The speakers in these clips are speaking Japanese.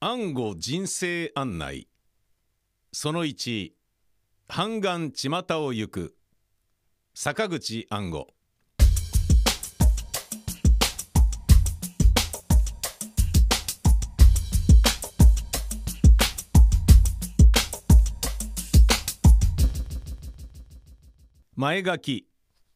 暗号人生案内。その1、半眼巷を行く。坂口安吾。前書き。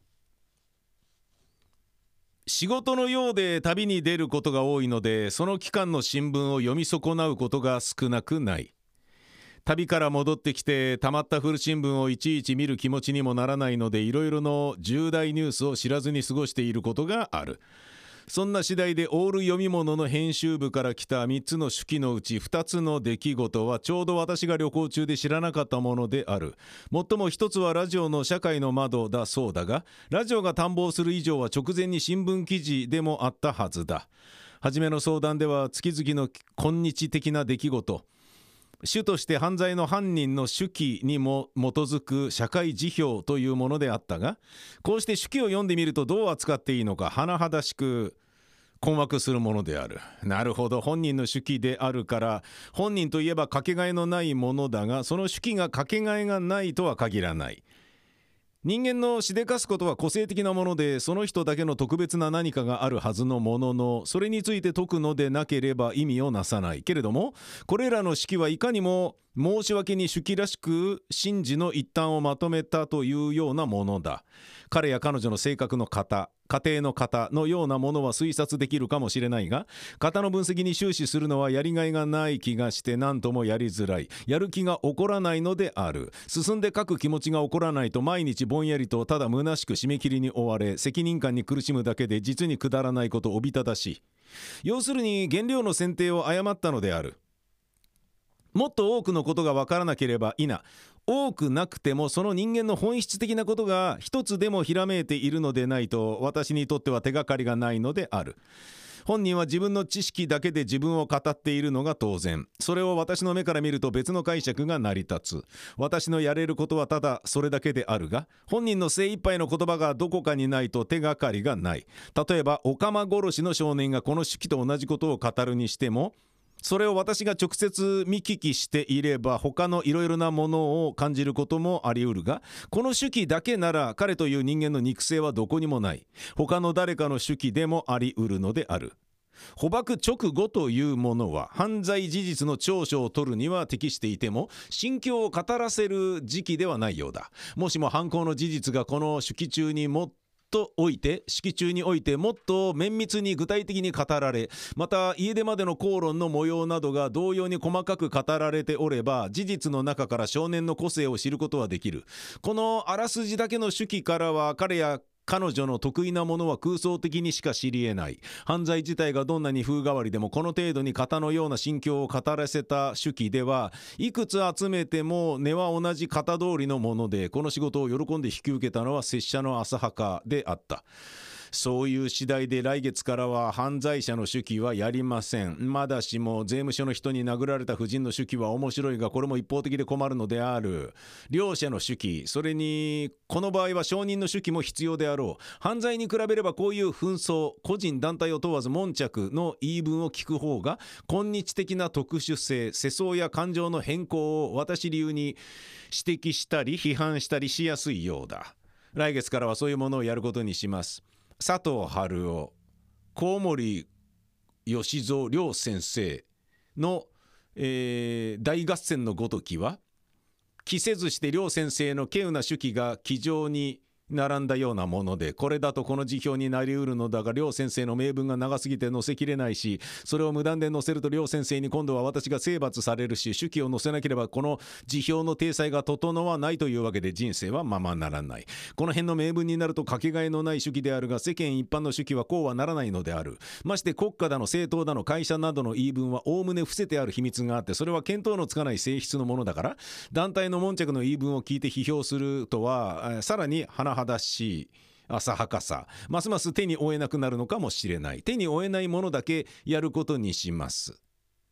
仕事のようで旅に出ることが多いので、その期間の新聞を読み損なうことが少なくない。旅から戻ってきてたまった古新聞をいちいち見る気持ちにもならないので、いろいろの重大ニュースを知らずに過ごしていることがある。そんな次第でオール読み物の編集部から来た3つの手記のうち2つの出来事はちょうど私が旅行中で知らなかったものである。もっとも1つはラジオの社会の窓だそうだが、ラジオが探訪する以上は直前に新聞記事でもあったはずだ。はじめの相談では月々の今日的な出来事、主として犯罪の犯人の手記にも基づく社会辞表というものであったが、こうして手記を読んでみるとどう扱っていいのか甚だしく困惑するものである。なるほど、本人の手記であるから本人といえばかけがえのないものだが、その手記がかけがえがないとは限らない。人間のしでかすことは個性的なもので、その人だけの特別な何かがあるはずのものの、それについて解くのでなければ意味をなさないけれども、これらの式はいかにも申し訳に手記らしく真偽の一端をまとめたというようなものだ。彼や彼女の性格の型、家庭の型のようなものは推察できるかもしれないが、型の分析に終始するのはやりがいがない気がして何ともやりづらい。やる気が起こらないのである。進んで書く気持ちが起こらないと毎日ぼんやりとただ虚しく締め切りに追われ、責任感に苦しむだけで実にくだらないことおびただしい。要するに原料の選定を誤ったのである。もっと多くのことが分からなければいいな。多くなくてもその人間の本質的なことが一つでもひらめいているのでないと、私にとっては手がかりがないのである。本人は自分の知識だけで自分を語っているのが当然。それを私の目から見ると別の解釈が成り立つ。私のやれることはただそれだけであるが、本人の精一杯の言葉がどこかにないと手がかりがない。例えばオカマ殺しの少年がこの手記と同じことを語るにしても、それを私が直接見聞きしていれば他のいろいろなものを感じることもあり得るが、この手記だけなら彼という人間の肉声はどこにもない。他の誰かの手記でもあり得るのである。捕獲直後というものは犯罪事実の調書を取るには適していても、心境を語らせる時期ではないようだ。もしも犯行の事実がこの手記中に式中においてもっと綿密に具体的に語られ、また家出までの口論の模様などが同様に細かく語られておれば、事実の中から少年の個性を知ることはできる。このあらすじだけの手記からは彼や彼女の得意なものは空想的にしか知り得ない。犯罪自体がどんなに風変わりでもこの程度に型のような心境を語らせた手記ではいくつ集めても根は同じ型通りのもので、この仕事を喜んで引き受けたのは拙者の浅はかであった。そういう次第で来月からは犯罪者の手記はやりません。まだしも税務署の人に殴られた婦人の手記は面白いが、これも一方的で困るのである。両者の手記、それにこの場合は証人の手記も必要であろう。犯罪に比べればこういう紛争、個人団体を問わず悶着の言い分を聞く方が今日的な特殊性、世相や感情の変更を私流に指摘したり批判したりしやすいようだ。来月からはそういうものをやることにします。佐藤春夫、コウモリ吉蔵両先生の、大合戦のごときは、期せずして両先生の稀有な手記が気丈に並んだようなもので、これだとこの辞表になりうるのだが、両先生の名文が長すぎて載せきれないし、それを無断で載せると両先生に今度は私が征伐されるし、手記を載せなければこの辞表の体裁が整わないというわけで、人生はままならない。この辺の名文になるとかけがえのない手記であるが、世間一般の手記はこうはならないのである。まして国家だの政党だの会社などの言い分はおおむね伏せてある秘密があって、それは見当のつかない性質のものだから、団体の悶着の言い分を聞いて批評するとはさらに甚だしい浅はかさ、ますます手に負えなくなるのかもしれない。手に負えないものだけやることにします。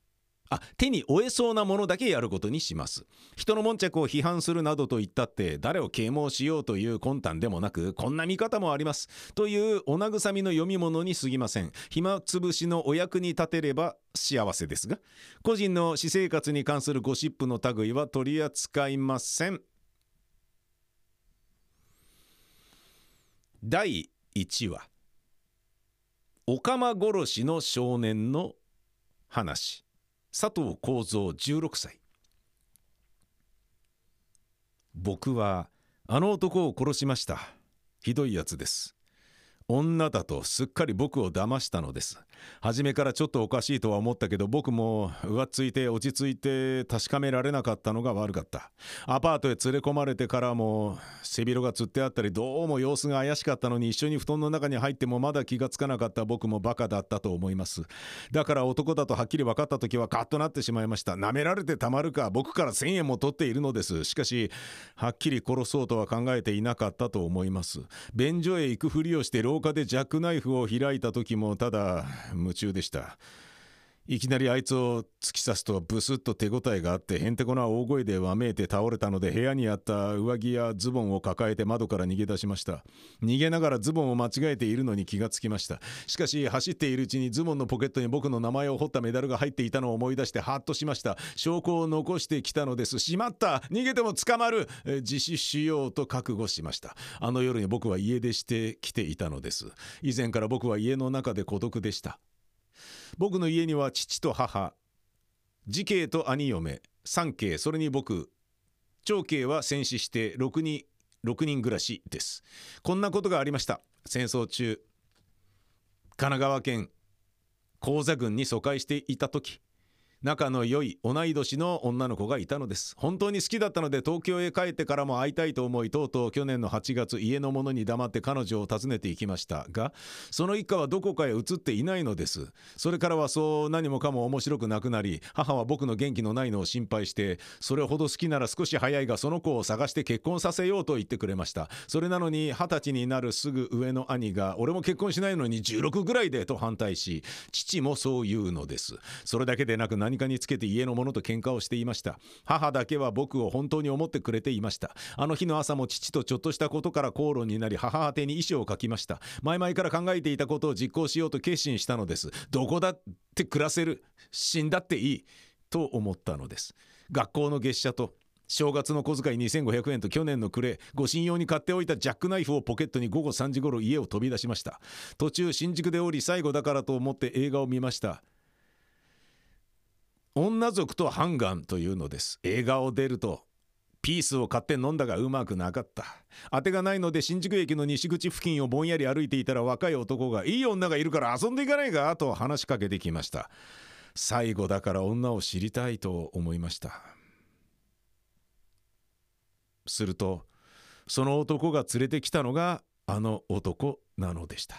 手に負えそうなものだけやることにします。人の悶着を批判するなどと言ったって誰を啓蒙しようという魂胆でもなく、こんな見方もありますというお慰みの読み物に過ぎません。暇つぶしのお役に立てれば幸せですが、個人の私生活に関するゴシップの類は取り扱いません。第1話、お釜殺しの少年の話。佐藤幸三16歳。僕はあの男を殺しました。ひどいやつです。女だとすっかり僕を騙したのです。初めからちょっとおかしいとは思ったけど、僕も浮ついて落ち着いて確かめられなかったのが悪かった。アパートへ連れ込まれてからも背広がつってあったり、どうも様子が怪しかったのに、一緒に布団の中に入ってもまだ気がつかなかった僕もバカだったと思います。だから男だとはっきり分かった時はカッとなってしまいました。舐められてたまるか。僕から1000円も取っているのです。しかしはっきり殺そうとは考えていなかったと思います。便所へ行くふりをして廊下でジャックナイフを開いた時もただ夢中でした。いきなりあいつを突き刺すとブスッと手応えがあって、へんてこな大声でわめいて倒れたので、部屋にあった上着やズボンを抱えて窓から逃げ出しました。逃げながらズボンを間違えているのに気がつきました。しかし走っているうちにズボンのポケットに僕の名前を彫ったメダルが入っていたのを思い出してハッとしました。証拠を残してきたのです。しまった、逃げても捕まる。自首しようと覚悟しました。あの夜に僕は家出してきていたのです。以前から僕は家の中で孤独でした。僕の家には父と母、次兄と兄嫁、三兄、それに僕、長兄は戦死して6人暮らしです。こんなことがありました。戦争中、神奈川県高座郡に疎開していた時、仲の良い同い年の女の子がいたのです。本当に好きだったので東京へ帰ってからも会いたいと思い、とうとう去年の8月、家の者に黙って彼女を訪ねて行きましたが、その一家はどこかへ移っていないのです。それからはそう何もかも面白くなくなり、母は僕の元気のないのを心配して、それほど好きなら少し早いがその子を探して結婚させようと言ってくれました。それなのに20歳になるすぐ上の兄が、俺も結婚しないのに16ぐらいでと反対し、父もそう言うのです。それだけでなく何かにつけて家の者と喧嘩をしていました。母だけは僕を本当に思ってくれていました。あの日の朝も父とちょっとしたことから口論になり、母宛てに遺書を書きました。前々から考えていたことを実行しようと決心したのです。どこだって暮らせる、死んだっていいと思ったのです。学校の月謝と正月の小遣い2500円と去年の暮れ、ご神用に買っておいたジャックナイフをポケットに午後3時頃家を飛び出しました。途中新宿で降り、最後だからと思って映画を見ました。女族とハンガンというのです。映画を出るとピースを買って飲んだがうまくなかった。当てがないので新宿駅の西口付近をぼんやり歩いていたら、若い男がいい女がいるから遊んでいかないかと話しかけてきました。最後だから女を知りたいと思いました。するとその男が連れてきたのがあの男なのでした。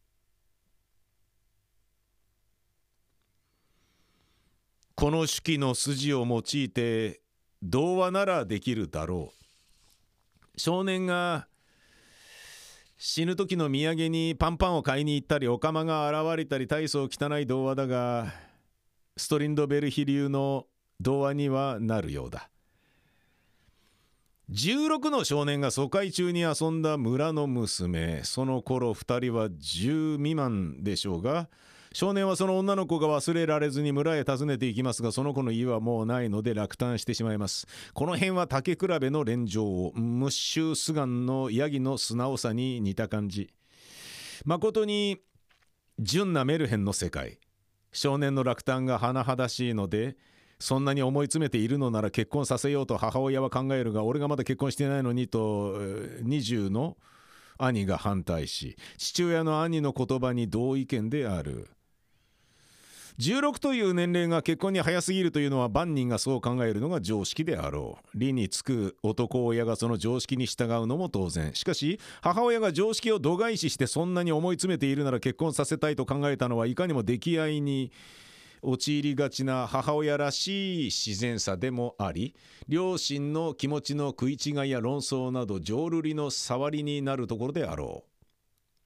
この手記の筋を用いて童話ならできるだろう。少年が死ぬ時の土産にパンパンを買いに行ったり、お釜が現れたり、大層汚い童話だが、ストリンドベルヒ流の童話にはなるようだ。16の少年が疎開中に遊んだ村の娘、その頃2人は10未満でしょうが、少年はその女の子が忘れられずに村へ訪ねていきますが、その子の家はもうないので落胆してしまいます。この辺は竹比べの連城を、ムッシュスガンのヤギの素直さに似た感じ。誠に純なメルヘンの世界。少年の落胆が甚だしいので、そんなに思い詰めているのなら結婚させようと母親は考えるが、俺がまだ結婚していないのにと20の兄が反対し、父親の兄の言葉に同意見である。16という年齢が結婚に早すぎるというのは万人がそう考えるのが常識であろう。理につく男親がその常識に従うのも当然。しかし母親が常識を度外視してそんなに思い詰めているなら結婚させたいと考えたのは、いかにも溺愛に陥りがちな母親らしい自然さでもあり、両親の気持ちの食い違いや論争など浄瑠璃の触りになるところであろう。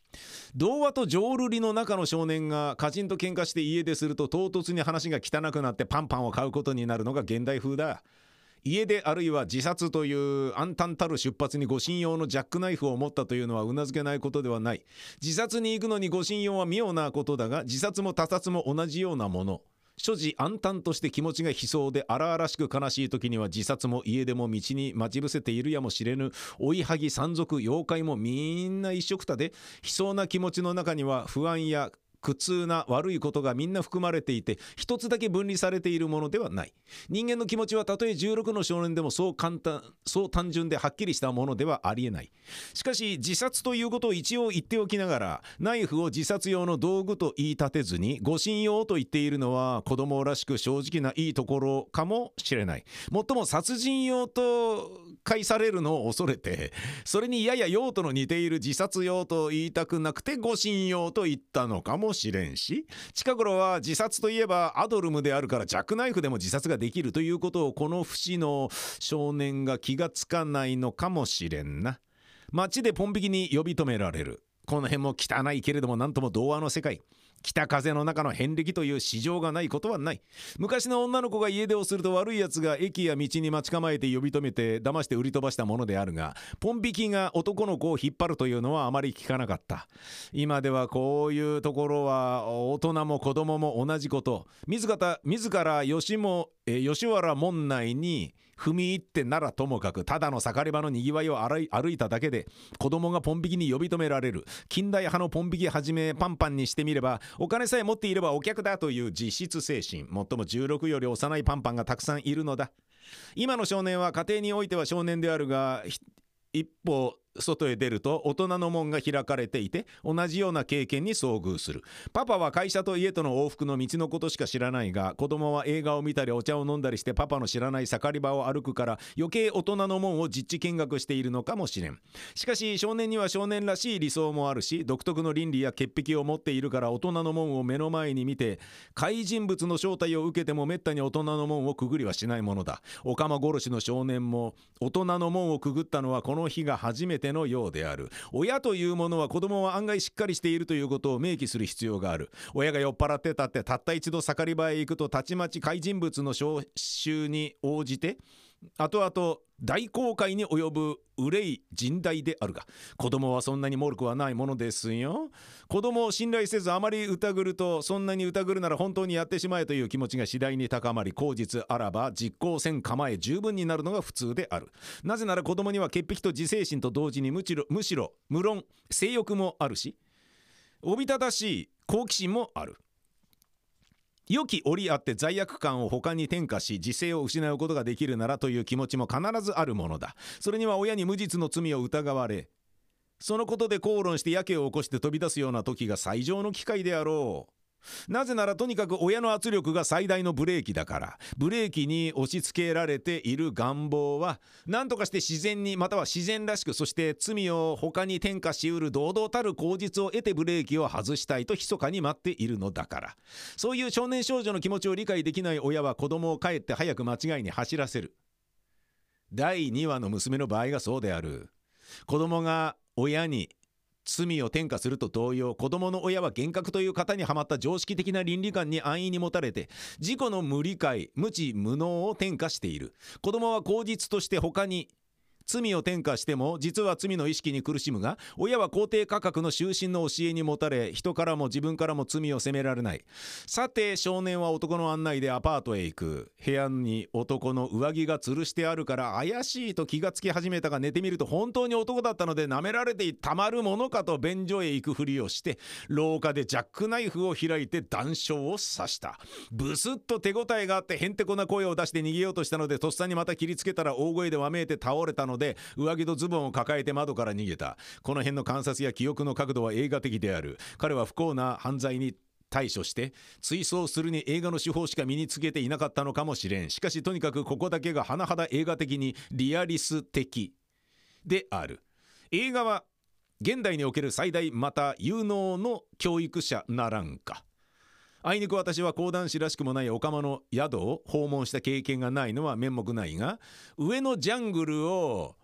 童話と浄瑠璃の中の少年が家人と喧嘩して家出すると唐突に話が汚くなってパンパンを買うことになるのが現代風だ。家出あるいは自殺という暗淡たる出発に護身用のジャックナイフを持ったというのは頷けないことではない。自殺に行くのに護身用は妙なことだが、自殺も他殺も同じようなもの。所持暗淡として気持ちが悲壮で荒々しく悲しい時には自殺も家出も道に待ち伏せているやもしれぬ。追いはぎ山賊妖怪もみんな一緒くたで、悲壮な気持ちの中には不安や苦痛な悪いことがみんな含まれていて、一つだけ分離されているものではない。人間の気持ちはたとえ16の少年でもそう単純ではっきりしたものではありえない。しかし自殺ということを一応言っておきながら、ナイフを自殺用の道具と言い立てずに護身用と言っているのは子供らしく正直ないいところかもしれない。もっとも殺人用と解されるのを恐れて、それにやや用途の似ている自殺用と言いたくなくて護身用と言ったのかもしれんし、近頃は自殺といえばアドルムであるからジャックナイフでも自殺ができるということをこの節の少年が気がつかないのかもしれんな。街でポン引きに呼び止められる。この辺も汚いけれどもなんとも童話の世界。北風の中の遍歴という市場がないことはない。昔の女の子が家出をすると悪いやつが駅や道に待ち構えて呼び止めて騙して売り飛ばしたものであるが、ポン引きが男の子を引っ張るというのはあまり聞かなかった。今ではこういうところは大人も子供も同じこと。自ら吉原門内に踏み入ってならともかく、ただの盛り場のにぎわいを歩いただけで子供がポン引きに呼び止められる。近代派のポン引きはじめパンパンにしてみれば、お金さえ持っていればお客だという実質精神。もっとも16より幼いパンパンがたくさんいるのだ。今の少年は家庭においては少年であるが、一歩外へ出ると大人の門が開かれていて同じような経験に遭遇する。パパは会社と家との往復の道のことしか知らないが、子供は映画を見たりお茶を飲んだりしてパパの知らない盛り場を歩くから余計大人の門を実地見学しているのかもしれん。しかし少年には少年らしい理想もあるし、独特の倫理や潔癖を持っているから大人の門を目の前に見て怪人物の正体を受けてもめったに大人の門をくぐりはしないものだ。おかま殺しの少年も大人の門をくぐったのはこの日が初めてのようである。親というものは子供は案外しっかりしているということを明記する必要がある。親が酔っ払ってたってたった一度盛り場へ行くとたちまち怪人物の召集に応じて後々大航海に及ぶ憂い甚大であるが、子供はそんなにもろくはないものですよ。子供を信頼せずあまり疑ると、そんなに疑るなら本当にやってしまえという気持ちが次第に高まり、口実あらば実行せん構え十分になるのが普通である。なぜなら子供には潔癖と自制心と同時にむしろ無論性欲もあるし、おびただしい好奇心もある。良き折あって罪悪感を他に転嫁し自制を失うことができるならという気持ちも必ずあるものだ。それには親に無実の罪を疑われ、そのことで口論してやけを起こして飛び出すような時が最上の機会であろう。なぜならとにかく親の圧力が最大のブレーキだから。ブレーキに押し付けられている願望は何とかして自然に、または自然らしく、そして罪を他に転嫁しうる堂々たる口実を得てブレーキを外したいと密かに待っているのだから。そういう少年少女の気持ちを理解できない親は子供をかえって早く間違いに走らせる。第2話の娘の場合がそうである。子供が親に罪を転嫁すると同様、子供の親は幻覚という型にはまった常識的な倫理観に安易に持たれて自己の無理解無知無能を転嫁している。子供は口実として他に罪を転嫁しても実は罪の意識に苦しむが、親は肯定価格の終身の教えにもたれ、人からも自分からも罪を責められない。さて少年は男の案内でアパートへ行く。部屋に男の上着が吊るしてあるから怪しいと気がつき始めたが、寝てみると本当に男だったので舐められてたまるものかと便所へ行くふりをして廊下でジャックナイフを開いて断傷を刺した。ブスッと手応えがあってへんてこな声を出して逃げようとしたので、とっさにまた切りつけたら大声でわめいて倒れたので上着とズボンを抱えて窓から逃げた。この辺の観察や記憶の角度は映画的である。彼は不幸な犯罪に対処して追走するに映画の手法しか身につけていなかったのかもしれん。しかしとにかくここだけが甚だ映画的にリアリス的である。映画は現代における最大また有能の教育者ならんか。あいにく私は講談師らしくもないオカマの宿を訪問した経験がないのは面目ないが、上のジャングルを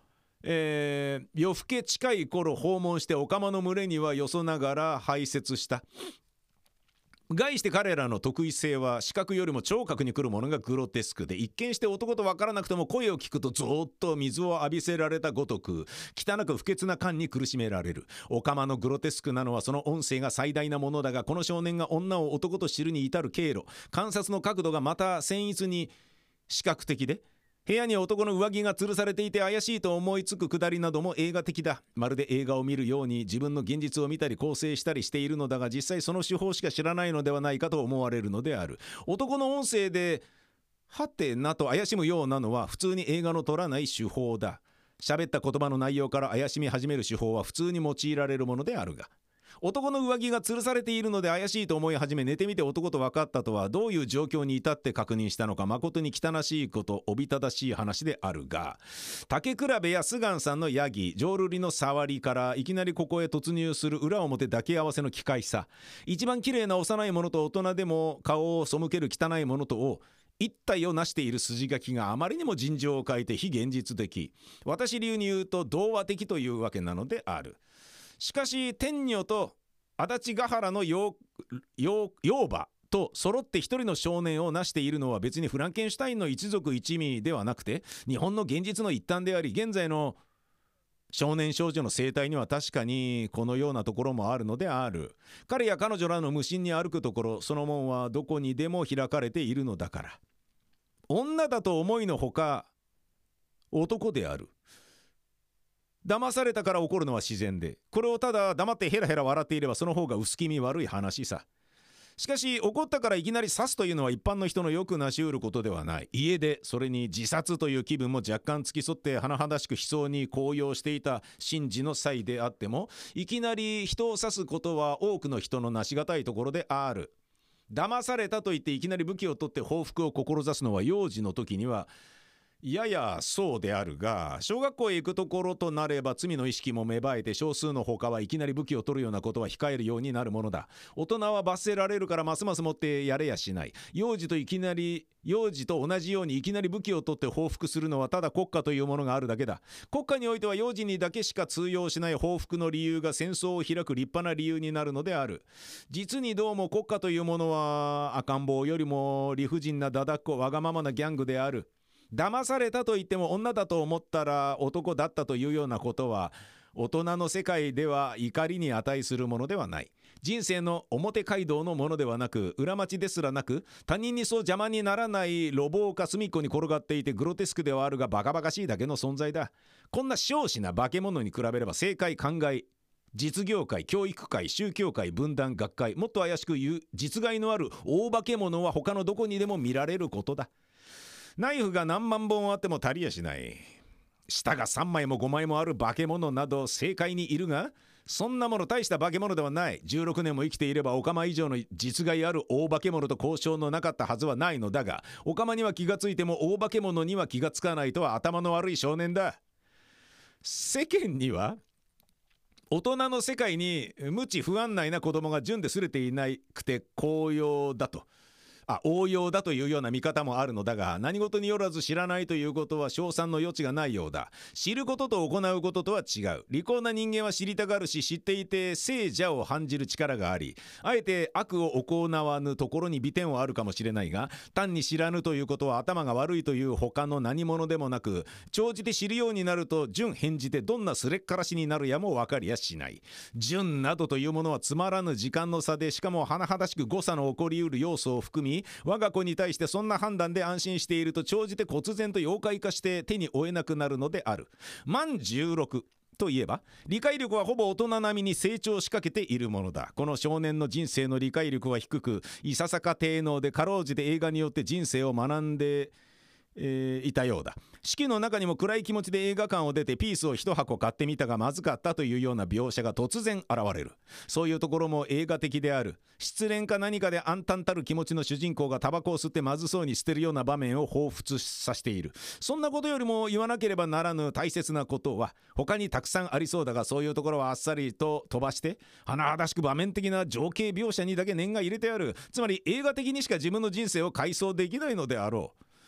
夜更け近い頃訪問してオカマの群れにはよそながら排泄した。概して彼らの特異性は視覚よりも聴覚に来るものがグロテスクで、一見して男と分からなくても声を聞くとゾーッと水を浴びせられたごとく汚く不潔な感に苦しめられる。オカマのグロテスクなのはその音声が最大なものだが、この少年が女を男と知るに至る経路、観察の角度がまた繊逸に視覚的で、部屋に男の上着が吊るされていて怪しいと思いつくくだりなども映画的だ。まるで映画を見るように自分の現実を見たり構成したりしているのだが、実際その手法しか知らないのではないかと思われるのである。男の音声ではてなと怪しむようなのは普通に映画の取らない手法だ。喋った言葉の内容から怪しみ始める手法は普通に用いられるものであるが、男の上着が吊るされているので怪しいと思い始め、寝てみて男と分かったとはどういう状況に至って確認したのか、誠に汚しいことおびただしい話であるが、竹比べやスガンさんのヤギ浄瑠璃の触りからいきなりここへ突入する裏表抱き合わせの機械さ、一番綺麗な幼いものと大人でも顔を背ける汚いものとを一体を成している筋書きがあまりにも尋常を欠いて非現実的、私流に言うと童話的というわけなのである。しかし天女と足立ヶ原の養母と揃って一人の少年を成しているのは別にフランケンシュタインの一族一味ではなくて、日本の現実の一端であり、現在の少年少女の生態には確かにこのようなところもあるのである。彼や彼女らの無心に歩くところ、その門はどこにでも開かれているのだから。女だと思いのほか男である。騙されたから怒るのは自然で、これをただ黙ってヘラヘラ笑っていればその方が薄気味悪い話さ。しかし怒ったからいきなり刺すというのは一般の人のよくなしうることではない。家でそれに自殺という気分も若干付き添って甚だしく悲壮に高揚していた神事の際であっても、いきなり人を刺すことは多くの人のなしがたいところである。騙されたと言っていきなり武器を取って報復を志すのは幼児の時にはややそうであるが、小学校へ行くところとなれば罪の意識も芽生えて、少数の他はいきなり武器を取るようなことは控えるようになるものだ。大人は罰せられるからますますもってやれやしない。幼児と同じようにいきなり武器を取って報復するのはただ国家というものがあるだけだ。国家においては幼児にだけしか通用しない報復の理由が戦争を開く立派な理由になるのである。実にどうも国家というものは赤ん坊よりも理不尽なだだっこわがままなギャングである。騙されたと言っても女だと思ったら男だったというようなことは大人の世界では怒りに値するものではない。人生の表街道のものではなく、裏町ですらなく、他人にそう邪魔にならない路傍か隅っこに転がっていてグロテスクではあるがバカバカしいだけの存在だ。こんな少子な化け物に比べれば政界考え実業界、教育界、宗教界、分断、学会、もっと怪しく言う実害のある大化け物は他のどこにでも見られることだ。ナイフが何万本あっても足りやしない。舌が3枚も5枚もある化け物など政界にいるが、そんなもの大した化け物ではない。16年も生きていればオカマ以上の実害ある大化け物と交渉のなかったはずはないのだが、オカマには気がついても大化け物には気がつかないとは頭の悪い少年だ。世間には大人の世界に無知不安内な子供が純ですれていなくて応用だというような見方もあるのだが、何事によらず知らないということは称賛の余地がないようだ。知ることと行うこととは違う。利口な人間は知りたがるし、知っていて聖者を判じる力があり、あえて悪を行わぬところに美点はあるかもしれないが、単に知らぬということは頭が悪いという他の何者でもなく、長じて知るようになると順変じてどんなすれっからしになるやも分かりやしない。順などというものはつまらぬ時間の差で、しかも甚だしく誤差の起こりうる要素を含み、我が子に対してそんな判断で安心していると長じて忽然と妖怪化して手に負えなくなるのである。満16といえば理解力はほぼ大人並みに成長しかけているものだ。この少年の人生の理解力は低く、いささか低能でかろうじて映画によって人生を学んでいたようだ。式の中にも暗い気持ちで映画館を出てピースを一箱買ってみたがまずかったというような描写が突然現れる。そういうところも映画的である。失恋か何かで暗淡たる気持ちの主人公がタバコを吸ってまずそうに捨てるような場面を彷彿させている。そんなことよりも言わなければならぬ大切なことは他にたくさんありそうだが、そういうところはあっさりと飛ばして甚だしく場面的な情景描写にだけ念が入れてある。つまり映画的にしか自分の人生を回想できないのであろう。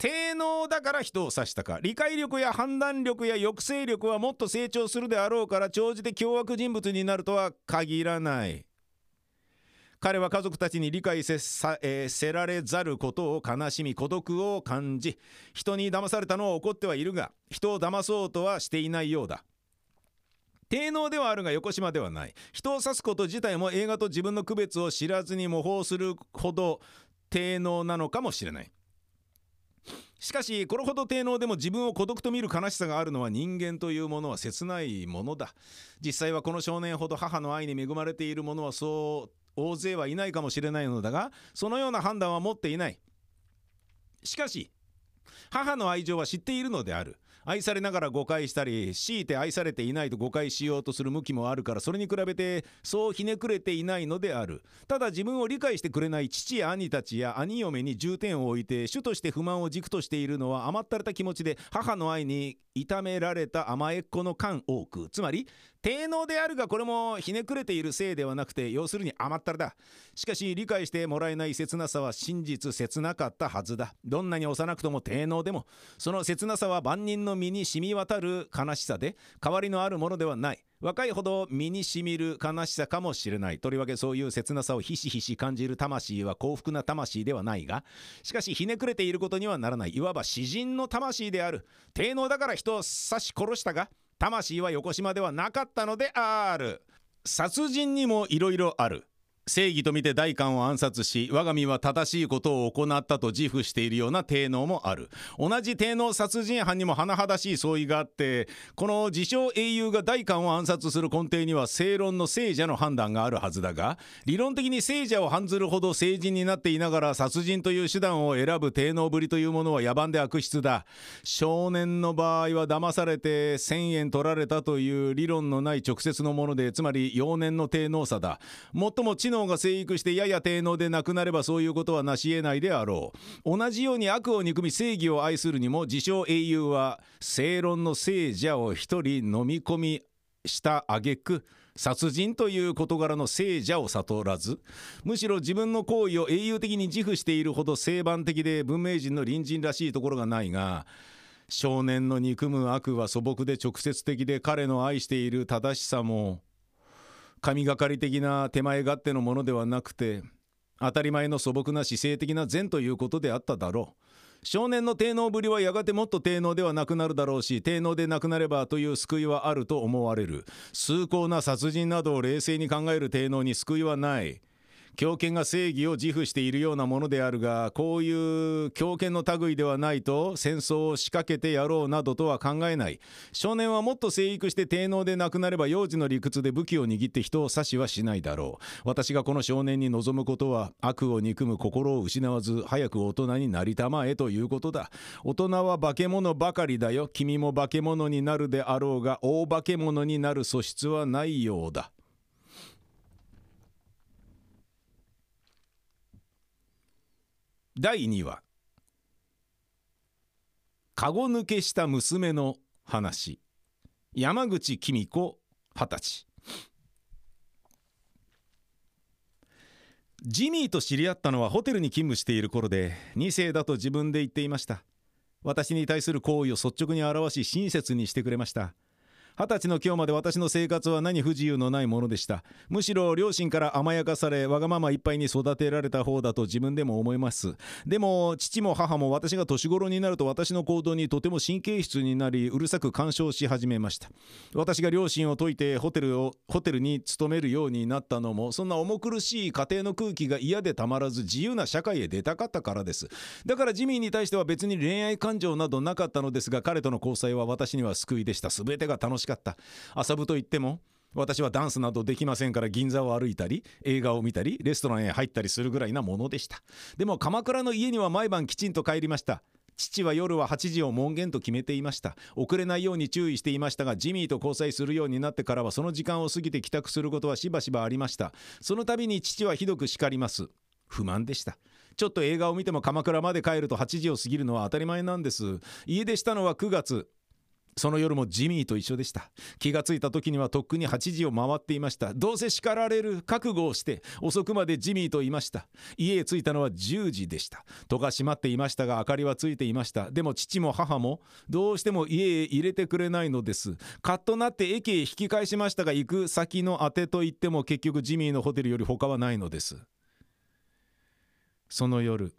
低能だから人を指したか、理解力や判断力や抑制力はもっと成長するであろうから長じて凶悪人物になるとは限らない。彼は家族たちに理解せられざることを悲しみ孤独を感じ、人に騙されたのは怒ってはいるが人を騙そうとはしていないようだ。低能ではあるが横島ではない。人を指すこと自体も映画と自分の区別を知らずに模倣するほど低能なのかもしれない。しかしこれほど低能でも自分を孤独と見る悲しさがあるのは、人間というものは切ないものだ。実際はこの少年ほど母の愛に恵まれている者はそう大勢はいないかもしれないのだが、そのような判断は持っていない。しかし母の愛情は知っているのである。愛されながら誤解したり、強いて愛されていないと誤解しようとする向きもあるから、それに比べてそうひねくれていないのである。ただ自分を理解してくれない父や兄たちや兄嫁に重点を置いて主として不満を軸としているのは、甘ったれた気持ちで母の愛に痛められた甘えっ子の感多く、つまり低能であるがこれもひねくれているせいではなくて、要するに甘ったれだ。しかし理解してもらえない切なさは真実切なかったはずだ。どんなに幼くとも低能でもその切なさは万人の身に染み渡る悲しさで、代わりのあるものではない。若いほど身に染みる悲しさかもしれない。とりわけそういう切なさをひしひし感じる魂は幸福な魂ではないが、しかしひねくれていることにはならない。いわば詩人の魂である。低能だから人を刺し殺したが、魂は横島ではなかったのである。殺人にもいろいろある。正義と見て代官を暗殺し、我が身は正しいことを行ったと自負しているような低能もある。同じ低能殺人犯にも甚だしい相違があって、この自称英雄が代官を暗殺する根底には正論の聖者の判断があるはずだが、理論的に聖者を判ずるほど聖人になっていながら殺人という手段を選ぶ低能ぶりというものは野蛮で悪質だ。少年の場合は騙されて1000円取られたという理論のない直接のもので、つまり幼年の低能さだ。もっとも知能が生育してやや低能でなくなればそういうことはなし得ないであろう。同じように悪を憎み正義を愛するにも、自称英雄は正論の聖者を一人飲み込みした挙句、殺人という事柄の聖者を悟らず、むしろ自分の行為を英雄的に自負しているほど正番的で文明人の隣人らしいところがないが、少年の憎む悪は素朴で直接的で、彼の愛している正しさも神がかり的な手前勝手のものではなくて、当たり前の素朴な姿勢的な善ということであっただろう。少年の低能ぶりはやがてもっと低能ではなくなるだろうし、低能でなくなればという救いはあると思われる。崇高な殺人などを冷静に考える低能に救いはない。狂犬が正義を自負しているようなものであるが、こういう狂犬の類ではないと戦争を仕掛けてやろうなどとは考えない。少年はもっと生育して低能でなくなれば、幼児の理屈で武器を握って人を刺しはしないだろう。私がこの少年に望むことは、悪を憎む心を失わず早く大人になりたまえということだ。大人は化け物ばかりだよ。君も化け物になるであろうが、大化け物になる素質はないようだ。第2話、籠抜けした娘の話。山口きみ子20歳。ジミーと知り合ったのはホテルに勤務している頃で、2世だと自分で言っていました。私に対する好意を率直に表し親切にしてくれました。20歳の今日まで私の生活は何不自由のないものでした。むしろ両親から甘やかされ、わがままいっぱいに育てられた方だと自分でも思います。でも父も母も私が年頃になると私の行動にとても神経質になり、うるさく干渉し始めました。私が両親を解いてホテルに勤めるようになったのも、そんな重苦しい家庭の空気が嫌でたまらず自由な社会へ出たかったからです。だからジミーに対しては別に恋愛感情などなかったのですが、彼との交際は私には救いでした。全てが楽しかった。遊ぶと言っても私はダンスなどできませんから、銀座を歩いたり映画を見たりレストランへ入ったりするぐらいなものでした。でも鎌倉の家には毎晩きちんと帰りました。父は夜は8時を門限と決めていました。遅れないように注意していましたが、ジミーと交際するようになってからはその時間を過ぎて帰宅することはしばしばありました。その度に父はひどく叱ります。不満でした。ちょっと映画を見ても鎌倉まで帰ると8時を過ぎるのは当たり前なんです。家出したのは9月。 その夜もジミーと一緒でした。気がついた時にはとっくに8時を回っていました。どうせ叱られる覚悟をして遅くまでジミーといました。家へ着いたのは10時でした。戸が閉まっていましたが明かりはついていました。でも父も母もどうしても家へ入れてくれないのです。カッとなって駅へ引き返しましたが、行く先の当てといっても結局ジミーのホテルより他はないのです。その夜、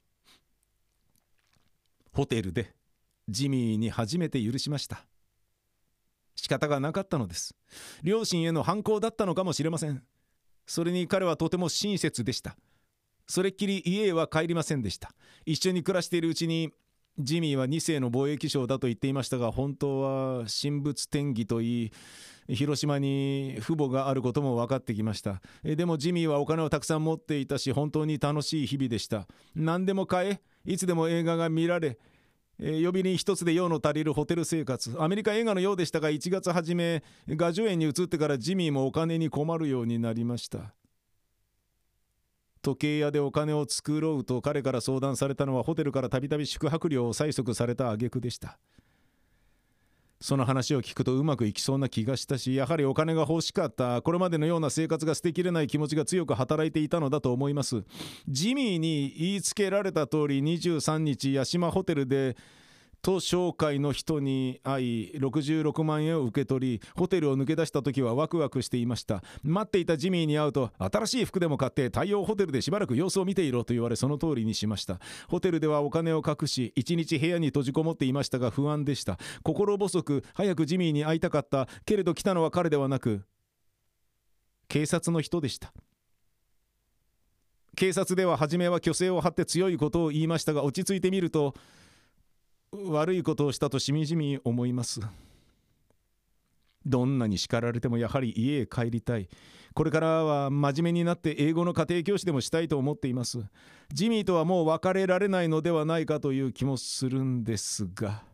ホテルでジミーに初めて許しました。仕方がなかったのです。両親への反抗だったのかもしれません。それに彼はとても親切でした。それっきり家へは帰りませんでした。一緒に暮らしているうちにジミーは2世の貿易商だと言っていましたが、本当は神仏天儀といい広島に父母があることも分かってきました。でもジミーはお金をたくさん持っていたし、本当に楽しい日々でした。何でも買え、いつでも映画が見られ、呼びに一つで用の足りるホテル生活。アメリカ映画のようでしたが、1月初め雅叙園に移ってからジミーもお金に困るようになりました。時計屋でお金を作ろうと彼から相談されたのは、ホテルからたびたび宿泊料を催促された挙句でした。その話を聞くとうまくいきそうな気がしたし、やはりお金が欲しかった。これまでのような生活が捨てきれない気持ちが強く働いていたのだと思います。ジミーに言いつけられた通り、23日八島ホテルでと商会の人に会い、66万円を受け取り、ホテルを抜け出した時はワクワクしていました。待っていたジミーに会うと、新しい服でも買って太陽ホテルでしばらく様子を見ていろと言われ、その通りにしました。ホテルではお金を隠し、一日部屋に閉じこもっていましたが不安でした。心細く早くジミーに会いたかった。けれど来たのは彼ではなく警察の人でした。警察では初めは虚勢を張って強いことを言いましたが、落ち着いてみると悪いことをしたとしみじみ思います。どんなに叱られてもやはり家へ帰りたい。これからは真面目になって英語の家庭教師でもしたいと思っています。ジミーとはもう別れられないのではないかという気もするんですが。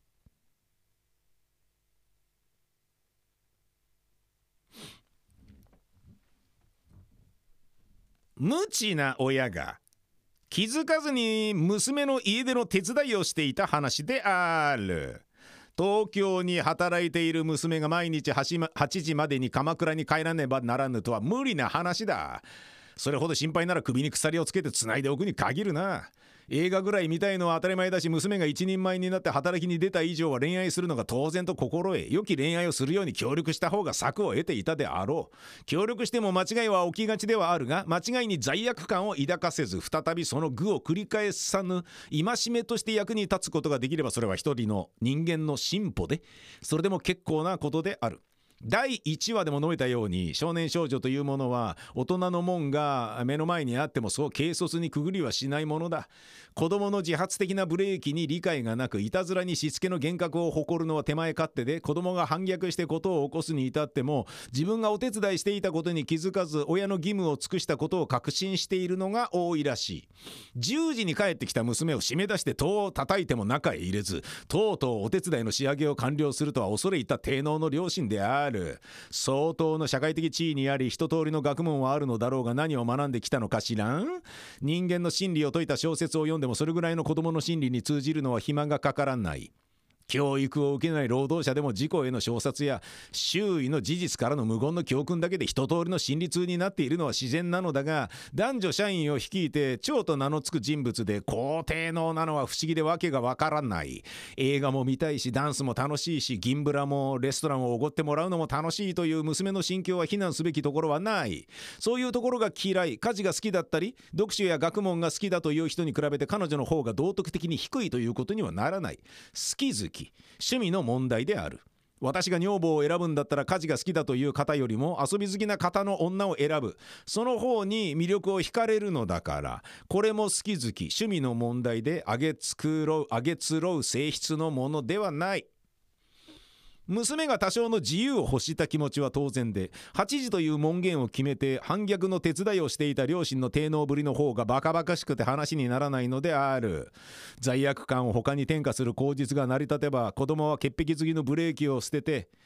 無知な親が気づかずに娘の家出の手伝いをしていた話である。東京に働いている娘が毎日8時までに鎌倉に帰らねばならぬとは無理な話だ。それほど心配なら首に鎖をつけてつないでおくに限るな。映画ぐらい見たいのは当たり前だし、娘が一人前になって働きに出た以上は恋愛するのが当然と心得、良き恋愛をするように協力した方が策を得ていたであろう。協力しても間違いは起きがちではあるが、間違いに罪悪感を抱かせず再びその愚を繰り返さぬ戒めとして役に立つことができれば、それは一人の人間の進歩で、それでも結構なことである。第1話でも述べたように、少年少女というものは大人の門が目の前にあってもそう軽率にくぐりはしないものだ。子供の自発的なブレーキに理解がなく、いたずらにしつけの幻覚を誇るのは手前勝手で、子供が反逆してことを起こすに至っても自分がお手伝いしていたことに気づかず、親の義務を尽くしたことを確信しているのが多いらしい。10時に帰ってきた娘を締め出して戸を叩いても中へ入れず、とうとうお手伝いの仕上げを完了するとは恐れ入った低能の両親である。相当の社会的地位にあり、一通りの学問はあるのだろうが、何を学んできたのか知らん。人間の心理を説いた小説を読んでもそれぐらいの子供の心理に通じるのは暇がかからない。教育を受けない労働者でも自己への小説や周囲の事実からの無言の教訓だけで一通りの心理通になっているのは自然なのだが、男女社員を率いて長と名の付く人物で高低能なのは不思議でわけがわからない。映画も見たいし、ダンスも楽しいし、銀ブラもレストランをおごってもらうのも楽しいという娘の心境は非難すべきところはない。そういうところが嫌い、家事が好きだったり読書や学問が好きだという人に比べて彼女の方が道徳的に低いということにはならない。好き好き趣味の問題である。私が女房を選ぶんだったら家事が好きだという方よりも遊び好きな方の女を選ぶ、その方に魅力を惹かれるのだから。これも好き好き趣味の問題であげつろう性質のものではない。娘が多少の自由を欲した気持ちは当然で、8時という門限を決めて反逆の手伝いをしていた両親の低能ぶりの方がバカバカしくて話にならないのである。罪悪感を他に転嫁する口実が成り立てば、子供は潔癖好きのブレーキを捨てて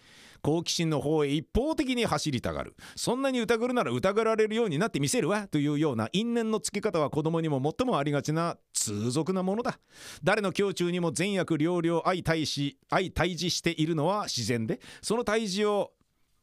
好奇心の方へ一方的に走りたがる。そんなに疑るなら疑られるようになってみせるわというような因縁のつけ方は子供にも最もありがちな通俗なものだ。誰の胸中にも善悪両々相対峙しているのは自然で、その対峙を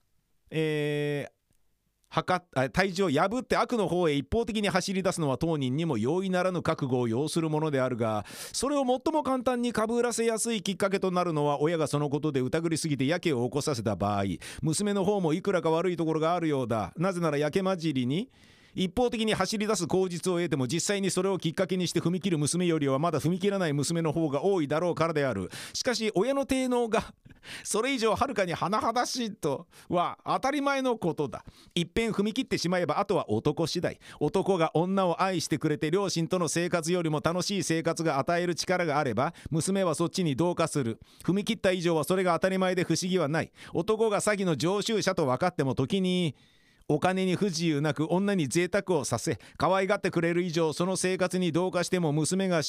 退治を破って悪の方へ一方的に走り出すのは当人にも容易ならぬ覚悟を要するものであるが、それを最も簡単にかぶらせやすいきっかけとなるのは、親がそのことで疑りすぎてやけを起こさせた場合、娘の方もいくらか悪いところがあるようだ。なぜならやけ混じりに一方的に走り出す口実を得ても、実際にそれをきっかけにして踏み切る娘よりはまだ踏み切らない娘の方が多いだろうからである。しかし親の低能がそれ以上はるかに甚だしいとは当たり前のことだ。いっぺん踏み切ってしまえばあとは男次第。男が女を愛してくれて両親との生活よりも楽しい生活が与える力があれば、娘はそっちに同化する。踏み切った以上はそれが当たり前で不思議はない。男が詐欺の常習者と分かっても、時にお金に不自由なく女に贅沢をさせ可愛がってくれる以上、その生活に同化しても娘が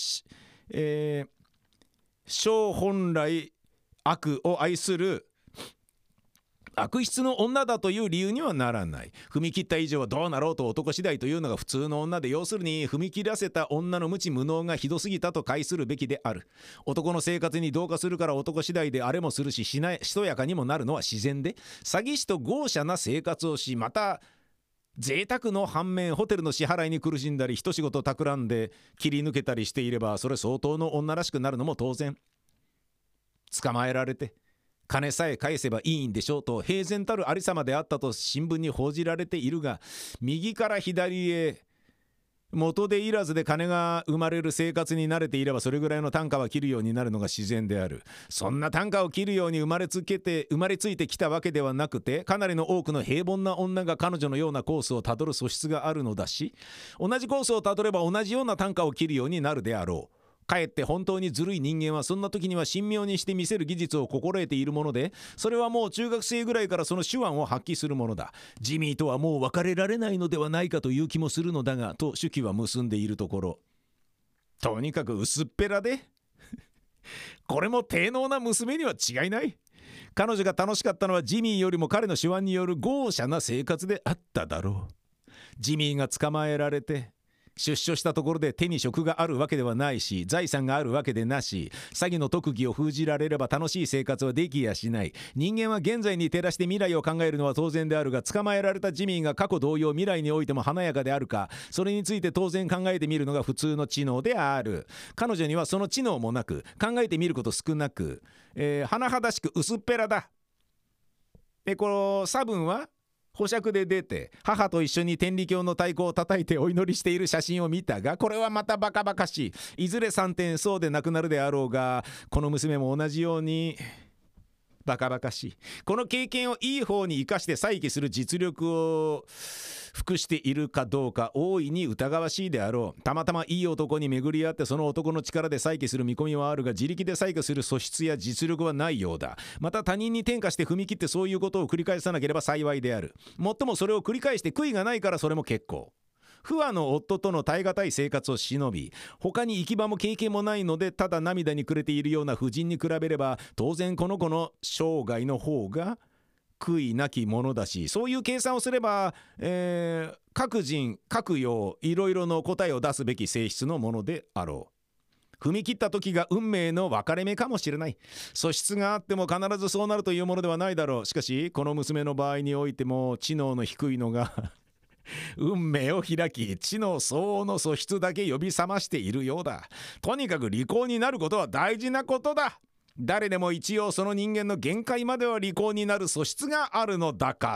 小本来悪を愛する悪質の女だという理由にはならない。踏み切った以上はどうなろうと男次第というのが普通の女で、要するに踏み切らせた女の無知無能がひどすぎたと解するべきである。男の生活に同化するから男次第であれもするし、しとやかにもなるのは自然で、詐欺師と豪奢な生活をし、また贅沢の反面ホテルの支払いに苦しんだり、一仕事企んで切り抜けたりしていれば、それ相当の女らしくなるのも当然。捕まえられて金さえ返せばいいんでしょうと平然たるありさまであったと新聞に報じられているが、右から左へ元でいらずで金が生まれる生活に慣れていれば、それぐらいの単価は切るようになるのが自然である。そんな単価を切るように生まれついてきたわけではなくて、かなりの多くの平凡な女が彼女のようなコースをたどる素質があるのだし、同じコースをたどれば同じような単価を切るようになるであろう。かえって本当にずるい人間はそんな時には神妙にして見せる技術を心得ているもので、それはもう中学生ぐらいからその手腕を発揮するものだ。ジミーとはもう別れられないのではないかという気もするのだが、と手記は結んでいるところ、とにかく薄っぺらでこれも低能な娘には違いない。彼女が楽しかったのはジミーよりも彼の手腕による豪奢な生活であっただろう。ジミーが捕まえられて出所したところで手に職があるわけではないし、財産があるわけでなし、詐欺の特技を封じられれば楽しい生活はできやしない。人間は現在に照らして未来を考えるのは当然であるが、捕まえられたジミーが過去同様未来においても華やかであるか、それについて当然考えてみるのが普通の知能である。彼女にはその知能もなく、考えてみること少なく、甚だしく薄っぺらだ。この差分は保釈で出て、母と一緒に天理教の太鼓を叩いてお祈りしている写真を見たが、これはまたバカバカしい。いずれ3点そうでなくなるであろうが、この娘も同じようにバカバカしい。この経験をいい方に生かして再起する実力を付しているかどうか大いに疑わしいであろう。たまたまいい男に巡り合ってその男の力で再起する見込みはあるが、自力で再起する素質や実力はないようだ。また他人に転嫁して踏み切ってそういうことを繰り返さなければ幸いである。もっともそれを繰り返して悔いがないからそれも結構。不和の夫との耐え難い生活を忍び、他に行き場も経験もないのでただ涙に暮れているような婦人に比べれば、当然この子の生涯の方が悔いなきものだし、そういう計算をすれば、各人各様いろいろの答えを出すべき性質のものであろう。踏み切った時が運命の分かれ目かもしれない。素質があっても必ずそうなるというものではないだろう。しかしこの娘の場合においても知能の低いのが運命を開き、知能相応の素質だけ呼び覚ましているようだ。とにかく利口になることは大事なことだ。誰でも一応その人間の限界までは利口になる素質があるのだから。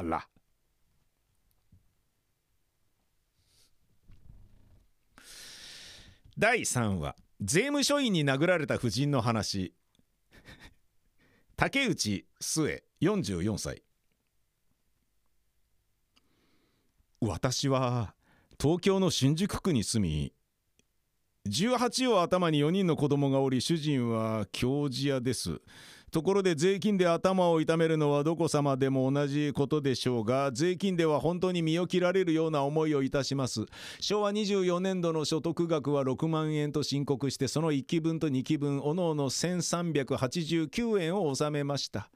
第3話、税務署員に殴られた婦人の話。竹内末44歳。私は東京の新宿区に住み、18を頭に4人の子供がおり、主人は教授屋です。ところで税金で頭を痛めるのはどこ様でも同じことでしょうが、税金では本当に身を切られるような思いをいたします。昭和24年度の所得額は6万円と申告して、その1期分と2期分おのおの1389円を納めました。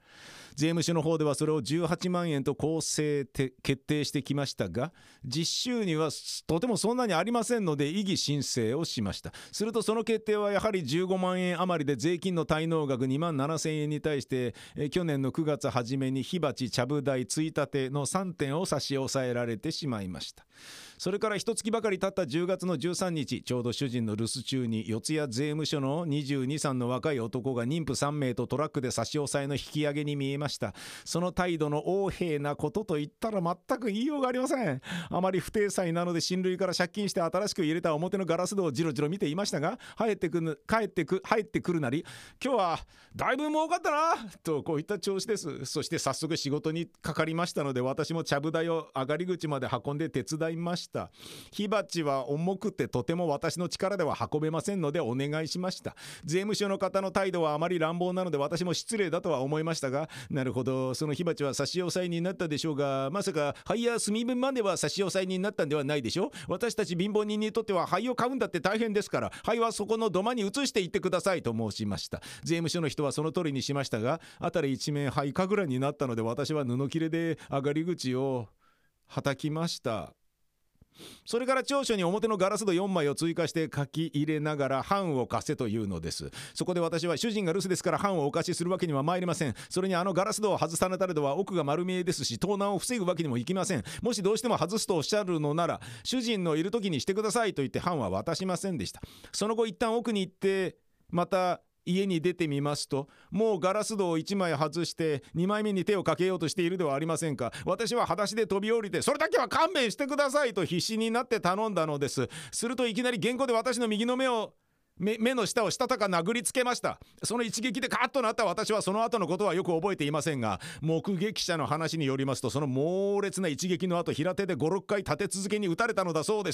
税務署の方ではそれを18万円と決定してきましたが、実収入はとてもそんなにありませんので異議申請をしました。するとその決定はやはり15万円余りで、税金の滞納額2万7千円に対して去年の9月初めに火鉢、ちゃぶ台、ついたての3点を差し押さえられてしまいました。それから一月ばかり経った10月の13日、ちょうど主人の留守中に四谷税務署の22、3の若い男が妊婦3名とトラックで差し押さえの引き上げに見えました。その態度の横柄なことといったら全く言いようがありません。あまり不体裁なので親類から借金して新しく入れた表のガラス戸をじろじろ見ていましたが、入ってくるなり、今日はだいぶ儲かったなとこういった調子です。そして早速仕事にかかりましたので、私もちゃぶ台を上がり口まで運んで手伝いました。火鉢は重くてとても私の力では運べませんのでお願いしました。税務署の方の態度はあまり乱暴なので私も失礼だとは思いましたが、なるほど、その火鉢は差し押さえになったでしょうが、まさか灰や炭分までは差し押さえになったんではないでしょう。私たち貧乏人にとっては灰を買うんだって大変ですから、灰はそこの土間に移していってくださいと申しました。税務署の人はその通りにしましたが、辺り一面灰神楽になったので、私は布切れで上がり口をはたきました。それから調書に表のガラス戸4枚を追加して書き入れながら版を貸せというのです。そこで私は、主人が留守ですから版をお貸しするわけには参りません。それにガラス戸を外されたれどは奥が丸見えですし、盗難を防ぐわけにもいきません。もしどうしても外すとおっしゃるのなら、主人のいる時にしてくださいと言って版は渡しませんでした。その後一旦奥に行ってまた家に出てみますと、もうガラス戸を1枚外して2枚目に手をかけようとしているではありませんか。私は裸足で飛び降りて、それだけは勘弁してくださいと必死になって頼んだのです。するといきなり原稿で私の右の目の下をしたたか殴りつけました。その一撃でカッとなった私はその後のことはよく覚えていませんが、目撃者の話によりますと、その猛烈な一撃の後、平手で5、6回立て続けに撃たれたのだそうです。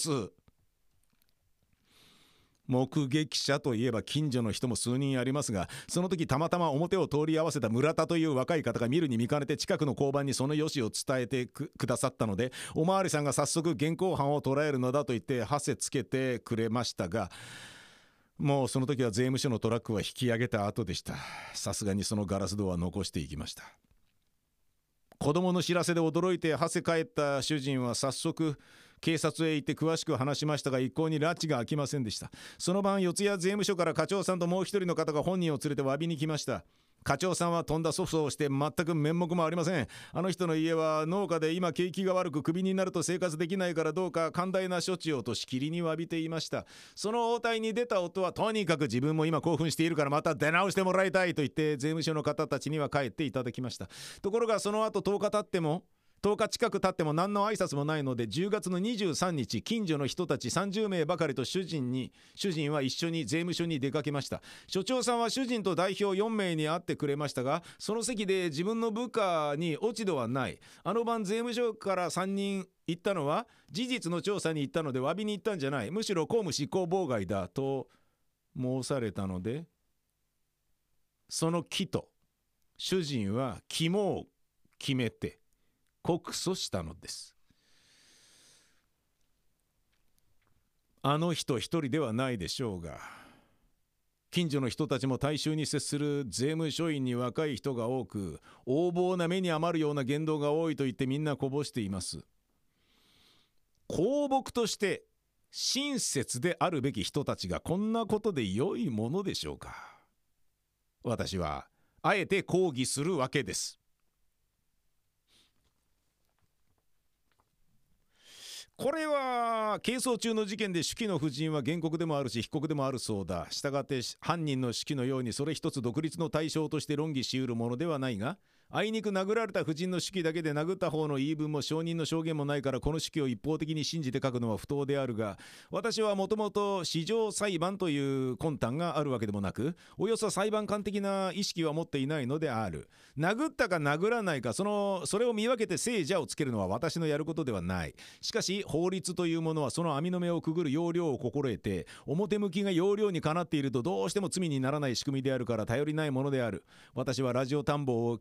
目撃者といえば近所の人も数人ありますが、その時たまたま表を通り合わせた村田という若い方が見るに見かねて近くの交番にその良しを伝えてくださったので、おまわりさんが早速現行犯を捉えるのだと言ってハセつけてくれましたが、もうその時は税務署のトラックは引き上げた後でした。さすがにそのガラス戸は残していきました。子供の知らせで驚いてハセ帰った主人は早速警察へ行って詳しく話しましたが、一向に拉致が開きませんでした。その晩、四谷税務署から課長さんともう一人の方が本人を連れて詫びに来ました。課長さんはとんだ粗相をして全く面目もありません。あの人の家は農家で今景気が悪くクビになると生活できないから、どうか寛大な処置をとしきりに詫びていました。その応対に出た夫は、とにかく自分も今興奮しているからまた出直してもらいたいと言って税務署の方たちには帰っていただきました。ところがその後10日近く経っても何の挨拶もないので、10月の23日、近所の人たち30名ばかりと主人は一緒に税務署に出かけました。所長さんは主人と代表4名に会ってくれましたが、その席で自分の部下に落ち度はない。あの晩税務署から3人行ったのは事実の調査に行ったので詫びに行ったんじゃない、むしろ公務執行妨害だと申されたので、その帰と主人は肝を決めて告訴したのです。あの人一人ではないでしょうが、近所の人たちも大衆に接する税務署員に若い人が多く、横暴な目に余るような言動が多いと言ってみんなこぼしています。公僕として親切であるべき人たちがこんなことで良いものでしょうか。私はあえて抗議するわけです。これは係争中の事件で手記の夫人は原告でもあるし被告でもあるそうだ。したがって犯人の手記のようにそれ一つ独立の対象として論議しうるものではないが、あいにく殴られた夫人の手記だけで殴った方の言い分も証人の証言もないから、この手記を一方的に信じて書くのは不当であるが、私はもともと司法裁判という魂胆があるわけでもなく、およそ裁判官的な意識は持っていないのである。殴ったか殴らないか、それを見分けて正者をつけるのは私のやることではない。しかし法律というものはその網の目をくぐる要領を心得て、表向きが要領にかなっているとどうしても罪にならない仕組みであるから頼りないものである。私はラジオ探訪を聞かない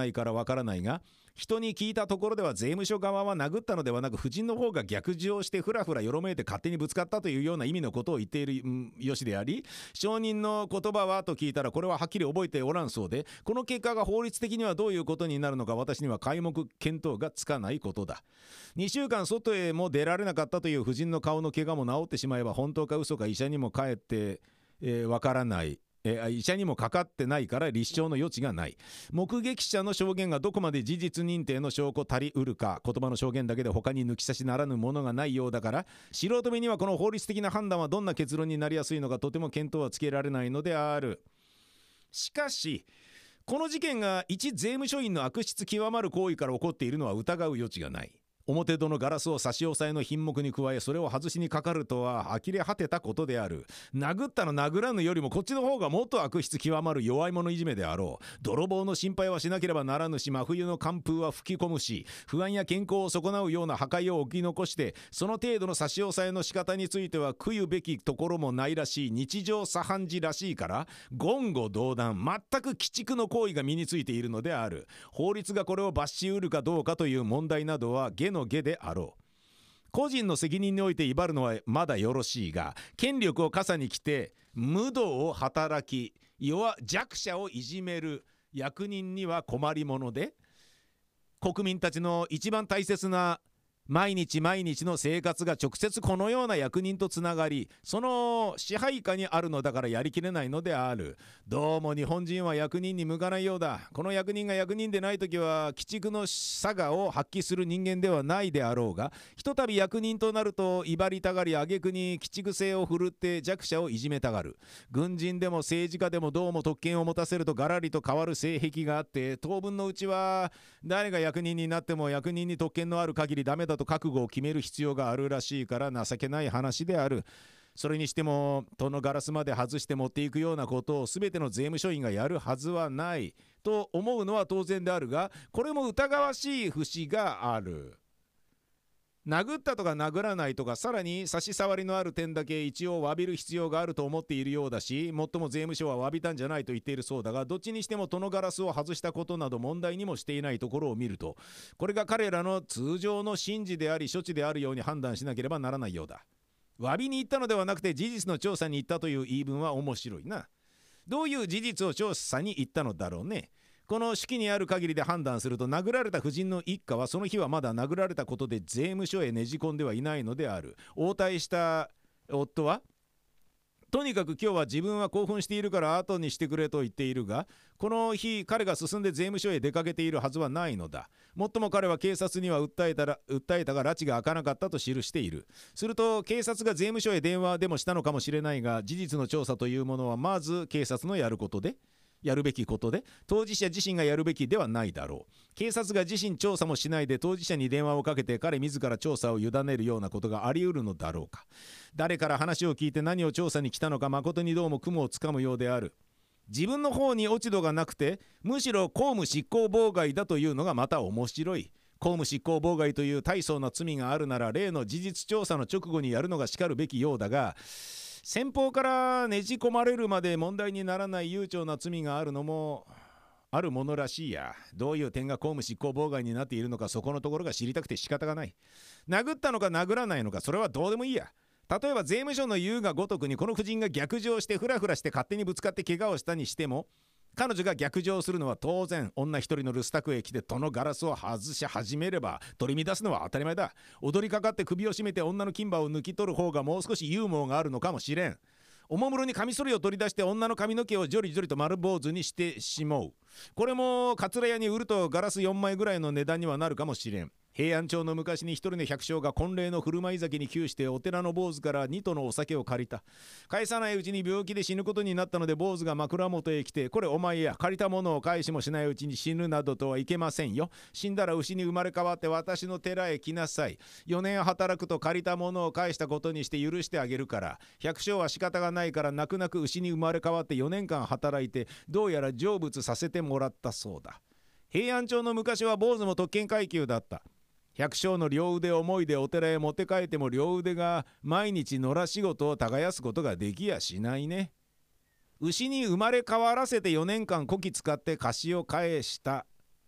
ないからわからないが、人に聞いたところでは税務署側は殴ったのではなく夫人の方が逆上してふらふらよろめいて勝手にぶつかったというような意味のことを言っているよしであり、証人の言葉はと聞いたらこれははっきり覚えておらんそうで、この結果が法律的にはどういうことになるのか私には皆目見当がつかないことだ。2週間外へも出られなかったという夫人の顔の怪我も治ってしまえば本当か嘘か医者にも帰ってわからない。医者にもかかってないから立証の余地がない。目撃者の証言がどこまで事実認定の証拠足りうるか、言葉の証言だけで他に抜き差しならぬものがないようだから、素人目にはこの法律的な判断はどんな結論になりやすいのかとても見当はつけられないのである。しかしこの事件が一税務署員の悪質極まる行為から起こっているのは疑う余地がない。表戸のガラスを差し押さえの品目に加え、それを外しにかかるとは呆れ果てたことである。殴ったの殴らぬよりもこっちの方がもっと悪質極まる弱い者いじめであろう。泥棒の心配はしなければならぬし、真冬の寒風は吹き込むし、不安や健康を損なうような破壊を置き残して、その程度の差し押さえの仕方については悔うべきところもないらしい日常茶飯事らしいから、言語道断、全く鬼畜の行為が身についているのである。法律がこれを罰しうるかどうかという問題などは下の下であろう。個人の責任において威張るのはまだよろしいが、権力を笠に着て無道を働き弱者をいじめる役人には困りもので、国民たちの一番大切な毎日毎日の生活が直接このような役人とつながり、その支配下にあるのだからやりきれないのである。どうも日本人は役人に向かないようだ。この役人が役人でないときは鬼畜の差がを発揮する人間ではないであろうが、ひとたび役人となると威張りたがり、挙句に鬼畜性を振るって弱者をいじめたがる。軍人でも政治家でもどうも特権を持たせるとガラリと変わる性癖があって、当分のうちは誰が役人になっても役人に特権のある限りダメだと覚悟を決める必要があるらしいから情けない話である。それにしても戸のガラスまで外して持っていくようなことを全ての税務署員がやるはずはないと思うのは当然であるが、これも疑わしい節がある。殴ったとか殴らないとか、さらに差し障りのある点だけ一応詫びる必要があると思っているようだし、もっとも税務署は詫びたんじゃないと言っているそうだが、どっちにしても戸のガラスを外したことなど問題にもしていないところを見ると、これが彼らの通常の神事であり処置であるように判断しなければならないようだ。詫びに行ったのではなくて事実の調査に行ったという言い分は面白いな。どういう事実を調査に行ったのだろうね。この手記にある限りで判断すると、殴られた夫人の一家はその日はまだ殴られたことで税務署へねじ込んではいないのである。応対した夫は、とにかく今日は自分は興奮しているから後にしてくれと言っているが、この日彼が進んで税務署へ出かけているはずはないのだ。もっとも彼は警察には訴えたが拉致が開かなかったと記している。すると警察が税務署へ電話でもしたのかもしれないが、事実の調査というものはまず警察のやるべきことで、当事者自身がやるべきではないだろう。警察が自身調査もしないで当事者に電話をかけて彼自ら調査を委ねるようなことがあり得るのだろうか。誰から話を聞いて何を調査に来たのか誠にどうも雲をつかむようである。自分の方に落ち度がなくて、むしろ公務執行妨害だというのがまた面白い。公務執行妨害という大層な罪があるなら、例の事実調査の直後にやるのがしかるべきようだが、先方からねじ込まれるまで問題にならない悠長な罪があるのもあるものらしいや。どういう点が公務執行妨害になっているのか、そこのところが知りたくて仕方がない。殴ったのか殴らないのか、それはどうでもいいや。例えば税務署の言うがごとくにこの夫人が逆上してフラフラして勝手にぶつかって怪我をしたにしても、彼女が逆上するのは当然。女一人の留守宅へ来て戸のガラスを外し始めれば取り乱すのは当たり前だ。踊りかかって首を絞めて女の金歯を抜き取る方がもう少しユーモアがあるのかもしれん。おもむろにカミソリを取り出して女の髪の毛をジョリジョリと丸坊主にしてしまう。これもカツラ屋に売るとガラス4枚ぐらいの値段にはなるかもしれん。平安朝の昔に一人の百姓が婚礼の振る舞い酒に窮してお寺の坊主から2斗のお酒を借りた。返さないうちに病気で死ぬことになったので、坊主が枕元へ来て、これお前や、借りたものを返しもしないうちに死ぬなどとはいけませんよ。死んだら牛に生まれ変わって私の寺へ来なさい。4年働くと借りたものを返したことにして許してあげるから。百姓は仕方がないから泣く泣く牛に生まれ変わって4年間働いて、どうやら成仏させてもらったそうだ。平安朝の昔は坊主も特権階級だった。百姓の両腕をもいでお寺へ持って帰っても両腕が毎日野良仕事を耕すことができやしないね。牛に生まれ変わらせて4年間こき使って貸しを返した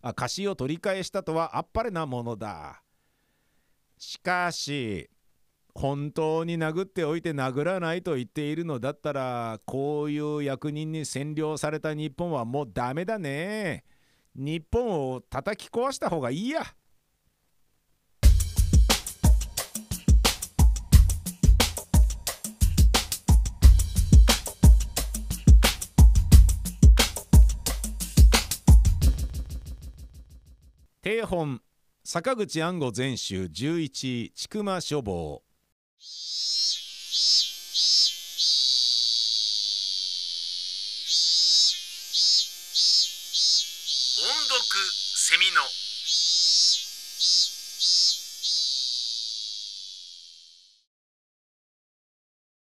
貸しを取り返したとはあっぱれなものだ。しかし本当に殴っておいて殴らないと言っているのだったら、こういう役人に占領された日本はもうダメだね。日本を叩き壊した方がいいや。定本坂口安吾全集11千曲書房。 音読セミの